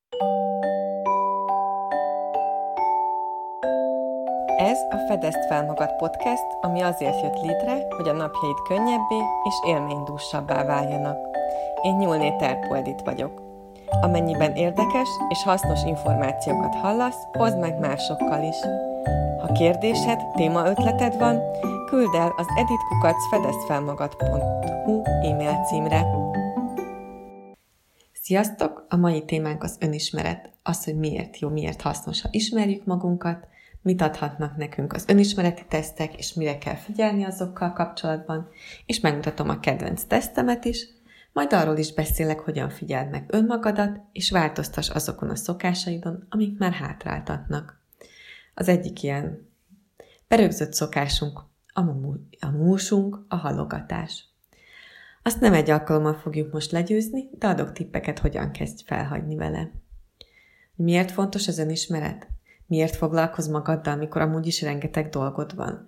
Ez a Fedezd fel magad podcast, ami azért jött létre, hogy a napjaid könnyebbé és élménydúsabbá váljanak. Én Nyúlné Terpó Edit vagyok. Amennyiben érdekes és hasznos információkat hallasz, oszd meg másokkal is. Ha kérdésed, témaötleted van, küldd el az edit@fedezdfelmagad.hu e-mail címre. Sziasztok! A mai témánk az önismeret. Az, hogy miért jó, miért hasznos, ha ismerjük magunkat, mit adhatnak nekünk az önismereti tesztek, és mire kell figyelni azokkal kapcsolatban, és megmutatom a kedvenc tesztemet is, majd arról is beszélek, hogyan figyeld meg önmagadat, és változtass azokon a szokásaidon, amik már hátráltatnak. Az egyik ilyen berögzött szokásunk, a músunk, a halogatás. Azt nem egy alkalommal fogjuk most legyőzni, de adok tippeket, hogyan kezdj felhagyni vele. Miért fontos az önismeret? Miért foglalkozz magaddal, mikor amúgy is rengeteg dolgod van?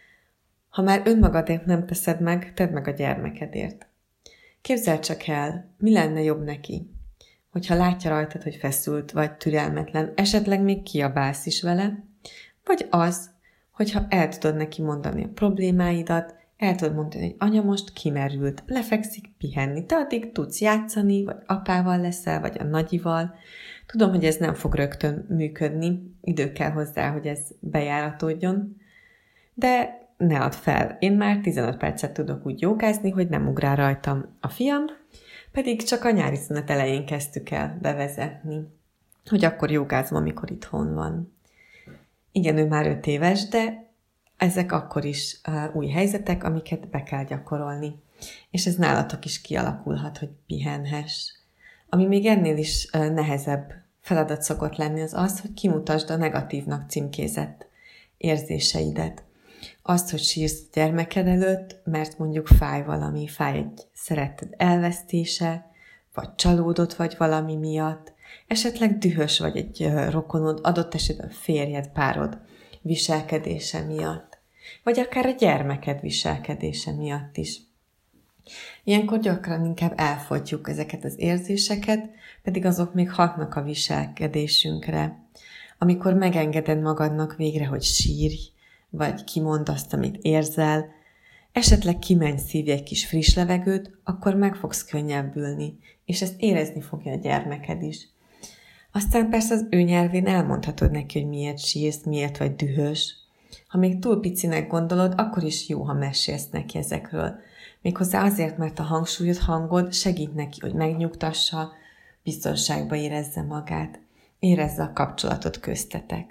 Ha már önmagadért nem teszed meg, tedd meg a gyermekedért. Képzeld csak el, mi lenne jobb neki, hogyha látja rajtad, hogy feszült vagy türelmetlen, esetleg még kiabálsz is vele, vagy az, hogyha el tudod neki mondani a problémáidat, el tudod mondani, hogy anya most kimerült, lefekszik pihenni, te addig tudsz játszani, vagy apával leszel, vagy a nagyival. Tudom, hogy ez nem fog rögtön működni, idő kell hozzá, hogy ez bejáratódjon, de ne add fel. Én már 15 percet tudok úgy jógázni, hogy nem ugrál rajtam a fiam, pedig csak a nyári szünet elején kezdtük el bevezetni, hogy akkor jógázom, amikor itthon van. Igen, ő már 5 éves, de ezek akkor is új helyzetek, amiket be kell gyakorolni. És ez nálatok is kialakulhat, hogy pihenhess. Ami még ennél is nehezebb feladat szokott lenni, az az, hogy kimutasd a negatívnak címkézett érzéseidet. Azt, hogy sírsz a gyermeked előtt, mert mondjuk fáj valami, fáj egy szeretted elvesztése, vagy csalódott vagy valami miatt, esetleg dühös vagy egy rokonod, adott esetben férjed, párod viselkedése miatt, vagy akár a gyermeked viselkedése miatt is. Ilyenkor gyakran inkább elfogyjuk ezeket az érzéseket, pedig azok még hatnak a viselkedésünkre. Amikor megengeded magadnak végre, hogy sírj, vagy kimondd azt, amit érzel, esetleg kimenj, szívj egy kis friss levegőt, akkor meg fogsz könnyebbülni, és ezt érezni fogja a gyermeked is. Aztán persze az ő nyelvén elmondhatod neki, hogy miért sírsz, miért vagy dühös. Ha még túl picinek gondolod, akkor is jó, ha mesélsz neki ezekről. Méghozzá azért, mert a hangsúlyod, hangod segít neki, hogy megnyugtassa, biztonságba érezze magát, érezze a kapcsolatot köztetek.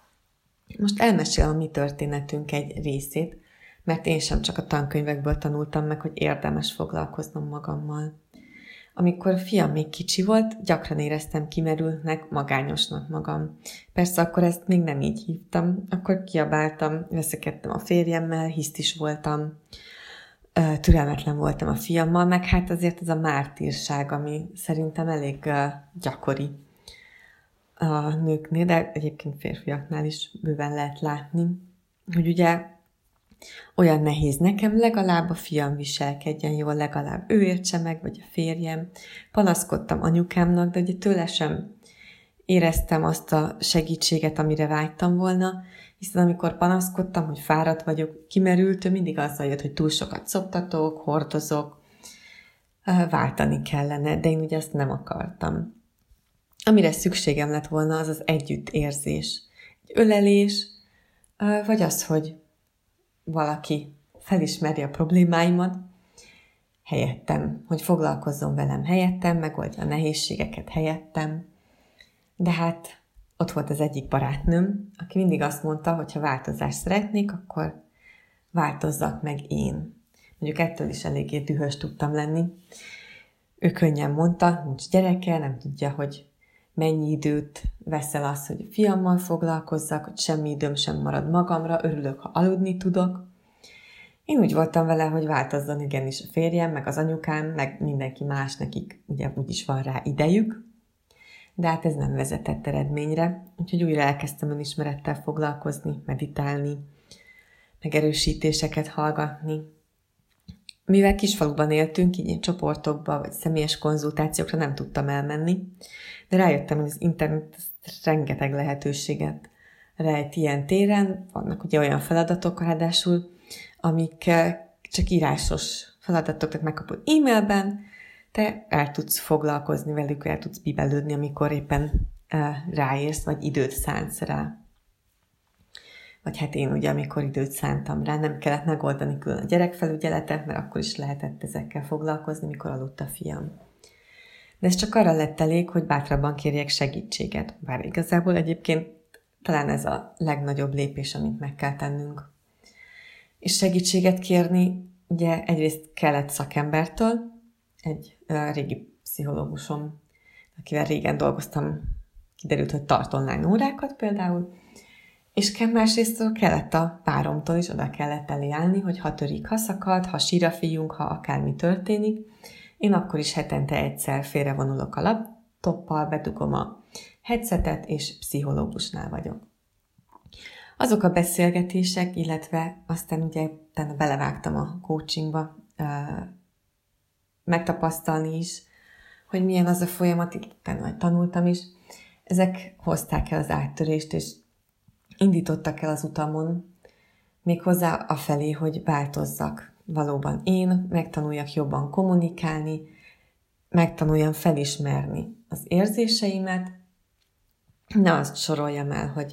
Most elmesélem a mi történetünk egy részét, mert én sem csak a tankönyvekből tanultam meg, hogy érdemes foglalkoznom magammal. Amikor fiam még kicsi volt, gyakran éreztem kimerültnek, magányosnak magam. Persze akkor ezt még nem így hívtam, akkor kiabáltam, veszekedtem a férjemmel, hisztis voltam, türelmetlen voltam a fiammal, meg hát azért ez a mártírság, ami szerintem elég gyakori a nőknél, de egyébként férfiaknál is bőven lehet látni, hogy ugye olyan nehéz nekem, legalább a fiam viselkedjen jól, legalább ő értse meg, vagy a férjem. Panaszkodtam anyukámnak, de ugye tőle sem éreztem azt a segítséget, amire vágytam volna, hiszen amikor panaszkodtam, hogy fáradt vagyok, kimerült, ő mindig azzal jött, hogy túl sokat szoptatok, hordozok, váltani kellene, de én ugye ezt nem akartam. Amire szükségem lett volna, az az együttérzés. Egy ölelés, vagy az, hogy valaki felismeri a problémáimat helyettem, hogy foglalkozzon velem helyettem, megoldja a nehézségeket helyettem. De hát ott volt az egyik barátnőm, aki mindig azt mondta, hogy ha változást szeretnék, akkor változzak meg én. Mondjuk ettől is eléggé dühös tudtam lenni. Ő könnyen mondta, nincs gyereke, nem tudja, hogy mennyi időt veszel az, hogy a fiammal foglalkozzak, hogy semmi időm sem marad magamra, örülök, ha aludni tudok. Én úgy voltam vele, hogy változzon igenis a férjem, meg az anyukám, meg mindenki más, nekik ugye úgyis van rá idejük. De hát ez nem vezetett eredményre, úgyhogy újra elkezdtem önismerettel foglalkozni, meditálni, megerősítéseket hallgatni, mivel kisfaluban éltünk, így ilyen csoportokba, vagy személyes konzultációkra nem tudtam elmenni, de rájöttem, hogy az internet rengeteg lehetőséget rejt ilyen téren. Vannak ugye olyan feladatok, ráadásul, amik csak írásos feladatok, tehát megkapod e-mailben, te el tudsz foglalkozni velük, el tudsz bibelődni, amikor éppen ráérsz, vagy időt szánsz rá. Vagy hát én ugye, amikor időt szántam rá, nem kellett megoldani külön a gyerekfelügyeletet, mert akkor is lehetett ezekkel foglalkozni, mikor aludt a fiam. De ez csak arra lett elég, hogy bátrabban kérjek segítséget. Bár igazából egyébként talán ez a legnagyobb lépés, amit meg kell tennünk. És segítséget kérni, ugye egyrészt kellett szakembertől, egy régi pszichológusom, akivel régen dolgoztam, kiderült, hogy tart online órákat például, és másrésztől kellett a páromtól is, oda kellett elé állni, hogy ha törik, ha szakad, ha sír a fiunk, ha akármi történik. Én akkor is hetente egyszer félrevonulok a laptoppal, bedugom a headsetet, és pszichológusnál vagyok. Azok a beszélgetések, illetve aztán ugye utána belevágtam a coachingba, megtapasztalni is, hogy milyen az a folyamat, utána majd tanultam is, ezek hozták el az áttörést, és indítottak el az utamon, méghozzá afelé, hogy változzak valóban én, megtanuljak jobban kommunikálni, megtanuljam felismerni az érzéseimet, ne azt soroljam el, hogy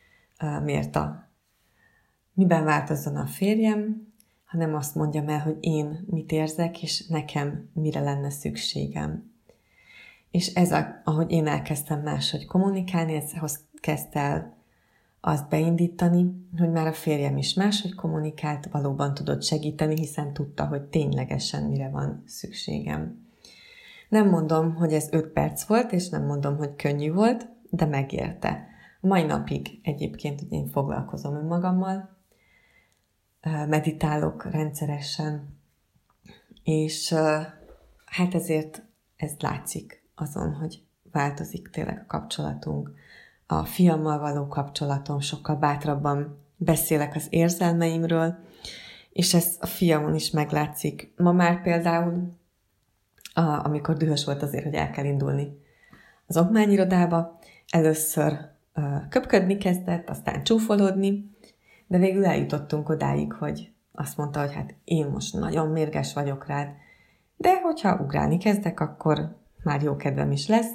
miben változzon a férjem, hanem azt mondjam el, hogy én mit érzek, és nekem mire lenne szükségem. És ez, ahogy én elkezdtem máshogy kommunikálni, ez kezdte el azt beindítani, hogy már a férjem is máshogy kommunikált, valóban tudott segíteni, hiszen tudta, hogy ténylegesen mire van szükségem. Nem mondom, hogy ez 5 perc volt, és nem mondom, hogy könnyű volt, de megérte. A mai napig egyébként, hogy én foglalkozom önmagammal, meditálok rendszeresen, és hát ezért ez látszik azon, hogy változik tényleg a kapcsolatunk. A fiammal való kapcsolatom, sokkal bátrabban beszélek az érzelmeimről, és ez a fiamon is meglátszik. Ma már például, amikor dühös volt azért, hogy el kell indulni az okmányirodába, először köpködni kezdett, aztán csúfolódni, de végül eljutottunk odáig, hogy azt mondta, hogy hát én most nagyon mérges vagyok rád, de hogyha ugrálni kezdek, akkor már jó kedvem is lesz.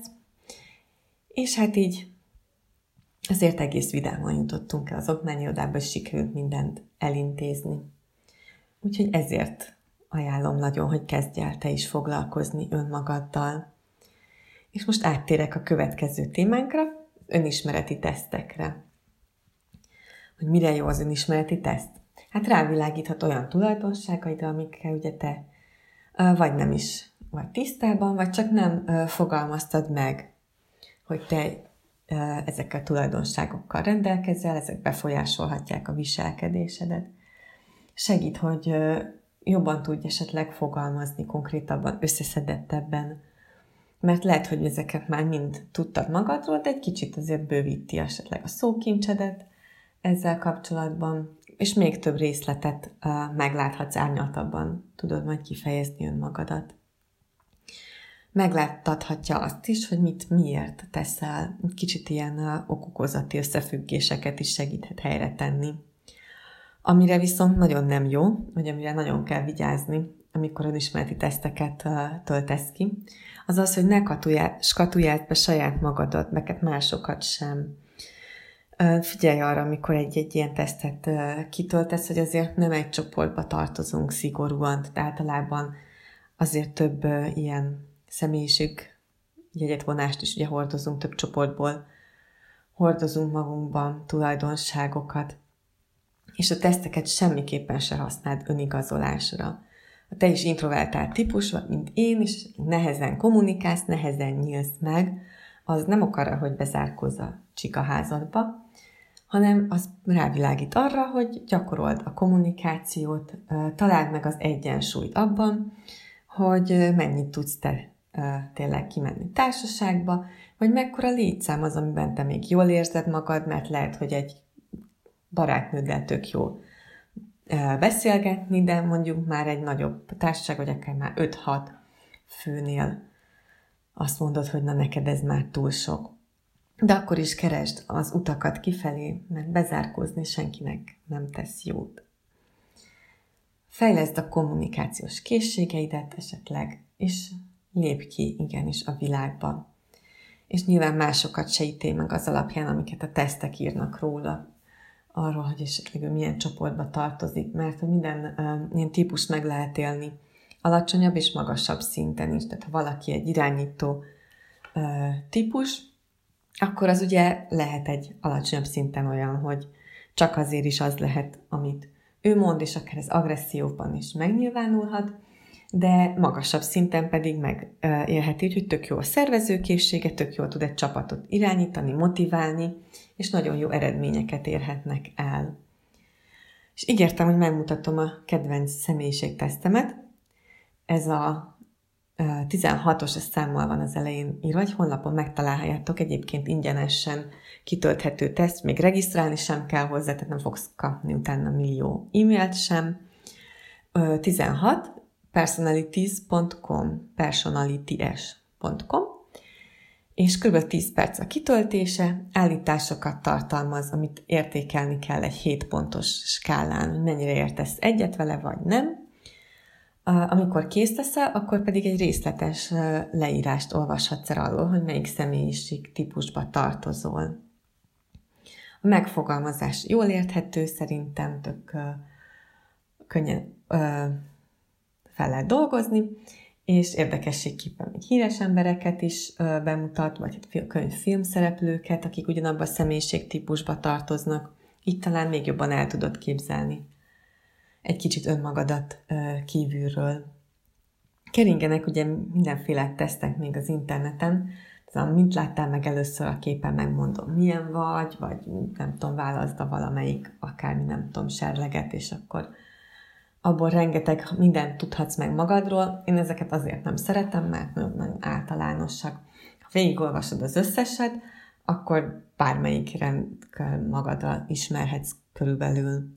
És hát így azért egész vidáman jutottunk el az okmányirodába, és sikerült mindent elintézni. Úgyhogy ezért ajánlom nagyon, hogy kezdj el te is foglalkozni önmagaddal. És most áttérek a következő témánkra, önismereti tesztekre. Hogy mire jó az önismereti teszt? Hát rávilágíthat olyan tulajdonságaidra, amikkel ugye te vagy nem is vagy tisztában, vagy csak nem fogalmaztad meg, hogy te ezekkel a tulajdonságokkal rendelkezel, ezek befolyásolhatják a viselkedésedet. Segít, hogy jobban tudj esetleg fogalmazni, konkrétabban, összeszedettebben, mert lehet, hogy ezeket már mind tudtad magadról, de egy kicsit azért bővíti esetleg a szókincsedet ezzel kapcsolatban, és még több részletet megláthatsz árnyaltabban, tudod majd kifejezni önmagadat. Megláttathatja azt is, hogy miért teszel, kicsit ilyen okokozati összefüggéseket is segíthet helyre tenni. Amire viszont nagyon nem jó, vagy amire nagyon kell vigyázni, amikor önismereti teszteket töltesz ki, az az, hogy ne skatuljáld be saját magadat, neked másokat sem. Figyelj arra, amikor egy ilyen tesztet kitöltesz, hogy azért nem egy csoportba tartozunk szigorúan, de általában azért több ilyen személyiség jegyetvonást is ugye hordozunk, több csoportból hordozunk magunkban tulajdonságokat, és a teszteket semmiképpen se használd önigazolásra. Ha te is introvertált típus vagy, mint én, és nehezen kommunikálsz, nehezen nyílsz meg, az nem ok arra, hogy bezárkózz a csikaházadba, hanem az rávilágít arra, hogy gyakorold a kommunikációt, találd meg az egyensúlyt abban, hogy mennyit tudsz te tényleg kimenni társaságba, vagy mekkora létszám az, amiben te még jól érzed magad, mert lehet, hogy egy barátnőddel tök jó beszélgetni, de mondjuk már egy nagyobb társaság, vagy akár már 5-6 főnél azt mondod, hogy na neked ez már túl sok. De akkor is keresd az utakat kifelé, mert bezárkózni senkinek nem tesz jót. Fejleszd a kommunikációs készségeidet esetleg, és lépj ki igenis a világba. És nyilván másokat se ítélj meg az alapján, amiket a tesztek írnak róla, arról, hogy esetleg ő milyen csoportba tartozik, mert minden ilyen típus meg lehet élni alacsonyabb és magasabb szinten is. Tehát ha valaki egy irányító típus, akkor az ugye lehet egy alacsonyabb szinten olyan, hogy csak azért is az lehet, amit ő mond, és akár ez agresszióban is megnyilvánulhat, de magasabb szinten pedig megélheti, hogy tök jó a szervezőkészsége, tök jól tud egy csapatot irányítani, motiválni, és nagyon jó eredményeket érhetnek el. És ígértem, hogy megmutatom a kedvenc személyiségtesztemet. Ez a 16-os számmal van az elején írva, egy honlapon megtaláljátok, egyébként ingyenesen kitölthető teszt, még regisztrálni sem kell hozzá, tehát nem fogsz kapni utána millió e-mailt sem. 16 personalities.com, és kb. 10 perc a kitöltése, állításokat tartalmaz, amit értékelni kell egy 7 pontos skálán, hogy mennyire értesz egyet vele, vagy nem. Amikor kész leszel, akkor pedig egy részletes leírást olvashatsz el arról, hogy melyik személyiség típusba tartozol. A megfogalmazás jól érthető, szerintem tök könnyen fel lehet dolgozni, és érdekességképpen még híres embereket is bemutat, vagy könyvfilm szereplőket, akik ugyanabban a személyiségtípusba tartoznak, így talán még jobban el tudod képzelni egy kicsit önmagadat kívülről. Keringenek ugye mindenféle tesztek még az interneten, mint láttál meg először a képen, megmondom, milyen vagy nem tudom, válaszd a valamelyik, akármi, nem tudom, serleget, és akkor abból rengeteg mindent tudhatsz meg magadról. Én ezeket azért nem szeretem, mert nagyon általánosak. Ha végigolvasod az összeset, akkor bármelyikre magadra ismerhetsz körülbelül.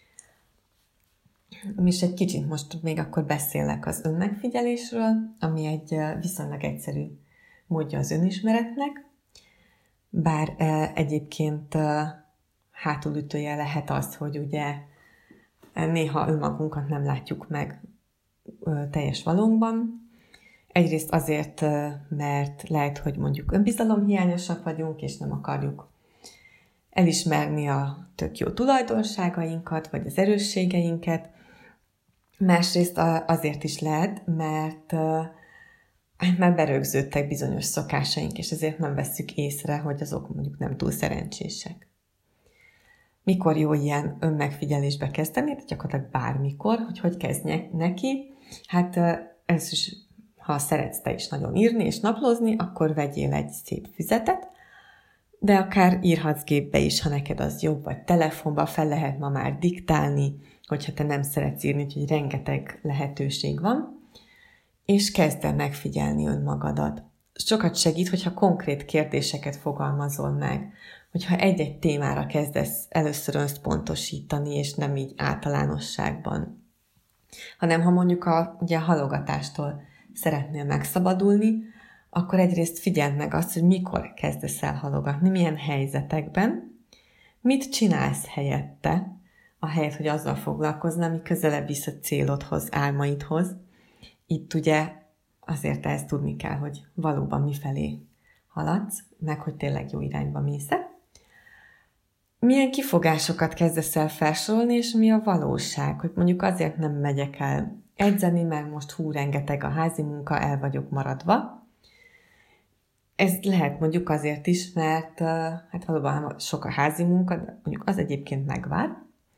És egy kicsit most még akkor beszélek az önmegfigyelésről, ami egy viszonylag egyszerű módja az önismeretnek, bár egyébként hátulütője lehet az, hogy ugye néha önmagunkat nem látjuk meg teljes valónkban. Egyrészt azért, mert lehet, hogy mondjuk önbizalomhiányosak vagyunk, és nem akarjuk elismerni a tök jó tulajdonságainkat, vagy az erősségeinket. Másrészt azért is lehet, mert már berögződtek bizonyos szokásaink, és ezért nem vesszük észre, hogy azok mondjuk nem túl szerencsések. Mikor jó ilyen önmegfigyelésbe kezdeni? Gyakorlatilag bármikor, hogy kezdjek neki. Hát ez is, ha szeretsz te is nagyon írni és naplózni, akkor vegyél egy szép füzetet, de akár írhatsz gépbe is, ha neked az jobb, vagy telefonba fel lehet ma már diktálni, hogyha te nem szeretsz írni, úgyhogy rengeteg lehetőség van, és kezd el megfigyelni önmagadat. Sokat segít, hogyha konkrét kérdéseket fogalmazol meg, hogyha egy-egy témára kezdesz először összpontosítani, és nem így általánosságban, hanem ha mondjuk ugye a halogatástól szeretnél megszabadulni, akkor egyrészt figyeld meg azt, hogy mikor kezdesz el halogatni, milyen helyzetekben, mit csinálsz helyette, ahelyett, hogy azzal foglalkoznál, ami közelebb visz a célodhoz, álmaidhoz. Itt ugye azért ezt tudni kell, hogy valóban mifelé haladsz, meg hogy tényleg jó irányba mész. Milyen kifogásokat kezdesz el felsorolni, és mi a valóság, hogy mondjuk azért nem megyek el edzeni, mert most rengeteg a házi munka, el vagyok maradva. Ez lehet mondjuk azért is, mert hát valóban sok a házi munka, de mondjuk az egyébként megvár.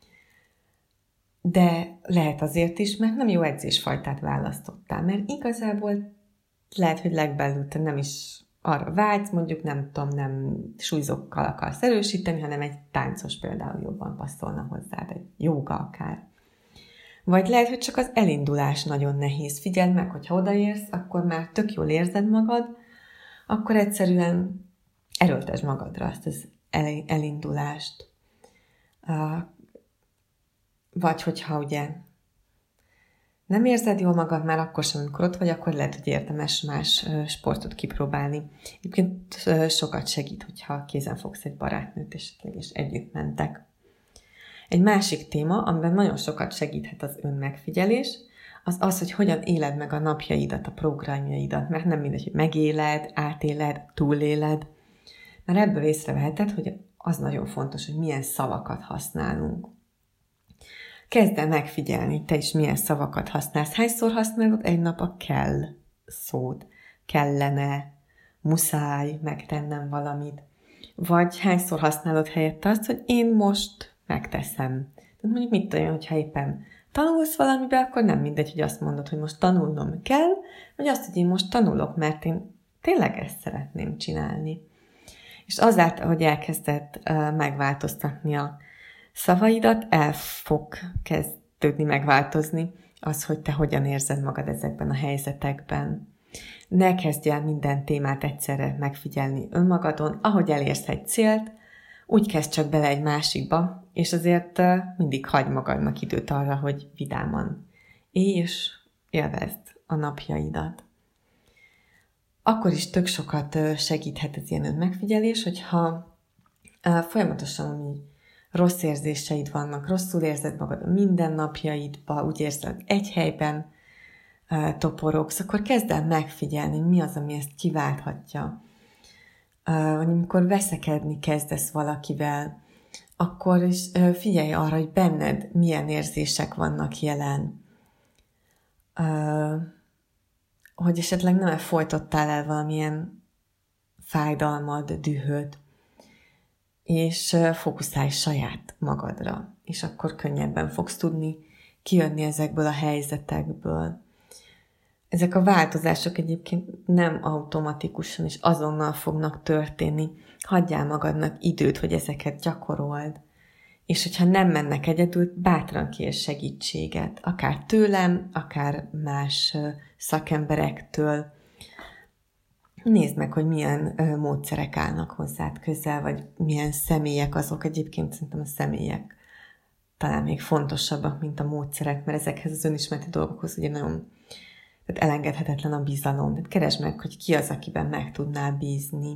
De lehet azért is, mert nem jó edzésfajtát választottál, mert igazából lehet, hogy legbelül te nem is arra vágysz, mondjuk nem tudom, nem súlyzókkal akarsz erősíteni, hanem egy táncos például jobban passzolna hozzád, egy jóga akár. Vagy lehet, hogy csak az elindulás nagyon nehéz. Figyeld meg, hogyha odaérsz, akkor már tök jól érzed magad, akkor egyszerűen erőltesd magadra azt az elindulást. Vagy hogyha ugye nem érzed jól magad már akkor sem, amikor ott vagy, akkor lehet, hogy érdemes más sportot kipróbálni. Egyébként sokat segít, hogyha kézen fogsz egy barátnőt, és együtt mentek. Egy másik téma, amiben nagyon sokat segíthet az önmegfigyelés, az, hogy hogyan éled meg a napjaidat, a programjaidat, mert nem mindegy, hogy megéled, átéled, túléled. Mert ebből észreveheted, hogy az nagyon fontos, hogy milyen szavakat használunk. Kezd el megfigyelni, te is milyen szavakat használsz. Hányszor használod egy nap a kell szót? Kellene, muszáj megtennem valamit. Vagy hányszor használod helyette azt, hogy én most megteszem. Tehát mondjuk mit tudom, hogyha éppen tanulsz valamibe, akkor nem mindegy, hogy azt mondod, hogy most tanulnom kell, vagy azt, hogy én most tanulok, mert én tényleg ezt szeretném csinálni. És azáltal, hogy elkezded megváltoztatni a szavaidat, el fog kezdődni megváltozni az, hogy te hogyan érzed magad ezekben a helyzetekben. Ne kezdj el minden témát egyszerre megfigyelni önmagadon, ahogy elérsz egy célt, úgy kezd csak bele egy másikba, és azért mindig hagyj magadnak időt arra, hogy vidáman élj és élvezd a napjaidat. Akkor is tök sokat segíthet ez ilyen önmegfigyelés, hogyha folyamatosan rossz érzéseid vannak, rosszul érzed magad a mindennapjaidba, úgy érzed egy helyben toporogsz, akkor kezd el megfigyelni, mi az, ami ezt kiválthatja. Amikor veszekedni kezdesz valakivel, akkor is figyelj arra, hogy benned milyen érzések vannak jelen. Hogy esetleg nem folytottál el valamilyen fájdalmad, dühöd, és fókuszálj saját magadra, és akkor könnyebben fogsz tudni kijönni ezekből a helyzetekből. Ezek a változások egyébként nem automatikusan és azonnal fognak történni. Hagyjál magadnak időt, hogy ezeket gyakorold. És hogyha nem mennek egyedül, bátran kér segítséget. Akár tőlem, akár más szakemberektől. Nézd meg, hogy milyen módszerek állnak hozzád közel, vagy milyen személyek azok. Egyébként szerintem a személyek talán még fontosabbak, mint a módszerek, mert ezekhez az önismereti dolgokhoz ugye nagyon elengedhetetlen a bizalom. Tehát keresd meg, hogy ki az, akiben meg tudnál bízni.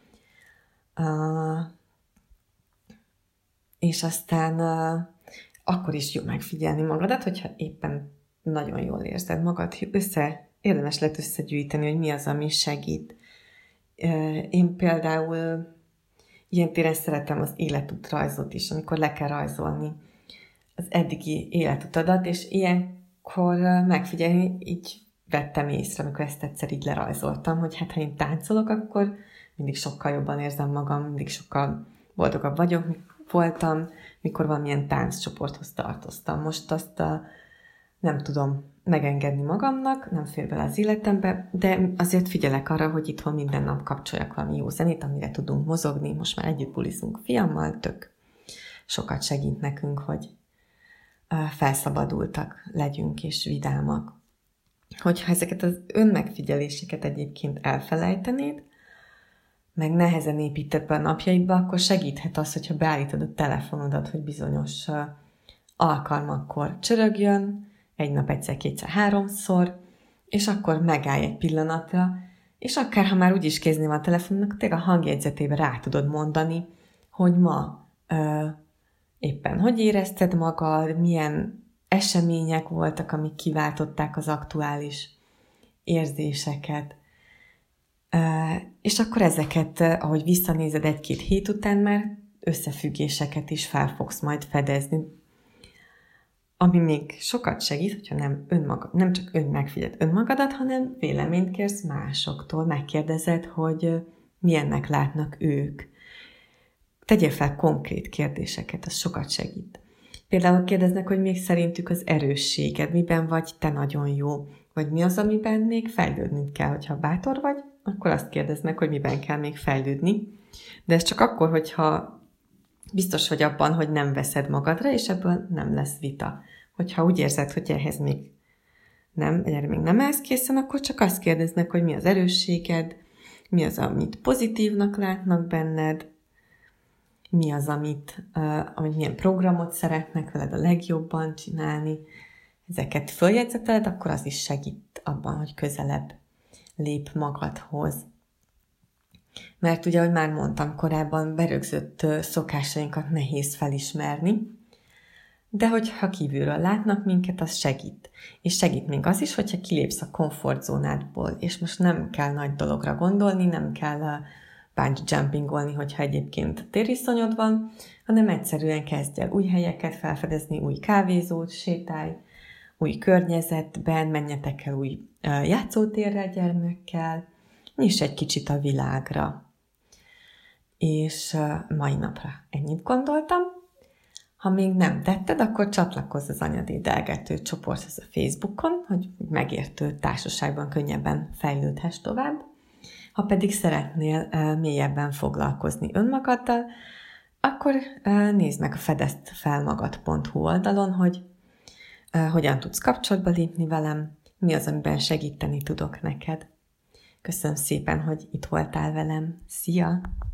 És aztán akkor is jó megfigyelni magadat, hogyha éppen nagyon jól érzed magad. Érdemes lehet összegyűjteni, hogy mi az, ami segít. Én például ilyen téren szeretem az életútrajzot is, amikor le kell rajzolni az eddigi életutadat, és ilyenkor megfigyelni, így vettem észre, amikor ezt egyszer így lerajzoltam, hogy hát ha én táncolok, akkor mindig sokkal jobban érzem magam, mindig sokkal boldogabb voltam, mikor valamilyen tánccsoporthoz tartoztam. Most azt nem tudom megengedni magamnak, nem fér bele az életembe, de azért figyelek arra, hogy itthon minden nap kapcsoljak valami jó zenét, amire tudunk mozogni. Most már együtt bulizunk fiammal, tök sokat segít nekünk, hogy felszabadultak legyünk és vidámak. Hogyha ezeket az önmegfigyeléseket egyébként elfelejtenéd, meg nehezen építed be a napjaidba, akkor segíthet az, hogyha beállítod a telefonodat, hogy bizonyos alkalmakkor csörögjön, egy nap egyszer, kétszer, háromszor, és akkor megállj egy pillanatra, és akár, ha már úgyis kéznél van a telefonnak, tényleg a hangjegyzetébe rá tudod mondani, hogy ma éppen hogy érezted magad, milyen események voltak, amik kiváltották az aktuális érzéseket. És akkor ezeket, ahogy visszanézed egy-két hét után, már összefüggéseket is fel fogsz majd fedezni. Ami még sokat segít, hogyha nem csak megfigyeld önmagadat, hanem véleményt kérsz másoktól, megkérdezed, hogy milyennek látnak ők. Tegyél fel konkrét kérdéseket, az sokat segít. Például kérdeznek, hogy még szerintük az erősséged, miben vagy te nagyon jó, vagy mi az, amiben még fejlődni kell. Hogyha bátor vagy, akkor azt kérdeznek, hogy miben kell még fejlődni. De ez csak akkor, hogyha biztos vagy abban, hogy nem veszed magadra, és ebből nem lesz vita. Hogyha úgy érzed, hogy erre még nem állsz készen, akkor csak azt kérdeznek, hogy mi az erősséged, mi az, amit pozitívnak látnak benned, mi az, amit milyen programot szeretnek veled a legjobban csinálni, ezeket följegyzeteled, akkor az is segít abban, hogy közelebb lép magadhoz. Mert ugye, ahogy már mondtam korábban, berögzött szokásainkat nehéz felismerni, de hogyha kívülről látnak minket, az segít. És segít még az is, hogyha kilépsz a komfortzónádból, és most nem kell nagy dologra gondolni, nem kell bungee jumpingolni, hogyha egyébként tériszonyod van, hanem egyszerűen kezdj el új helyeket felfedezni, új kávézót, sétálj, új környezetben, menjetek el új játszótérre gyermekkel, nyisd egy kicsit a világra. És mai napra ennyit gondoltam. Ha még nem tetted, akkor csatlakozz az anyadédelgető csoporthoz a Facebookon, hogy megértő társaságban könnyebben fejlődhess tovább. Ha pedig szeretnél mélyebben foglalkozni önmagaddal, akkor nézd meg a fedeztfelmagad.hu oldalon, hogy hogyan tudsz kapcsolatba lépni velem, mi az, amiben segíteni tudok neked. Köszönöm szépen, hogy itt voltál velem. Szia!